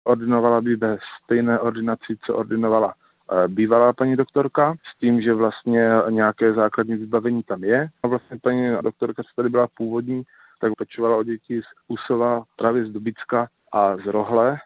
Ordinovala by ve stejné ordinaci, co ordinovala bývalá paní doktorka, s tím, že vlastně nějaké základní vybavení tam je. A vlastně paní doktorka, co tady byla původní, tak pečovala o děti z Husova, právě z Dubicka a z Rohle.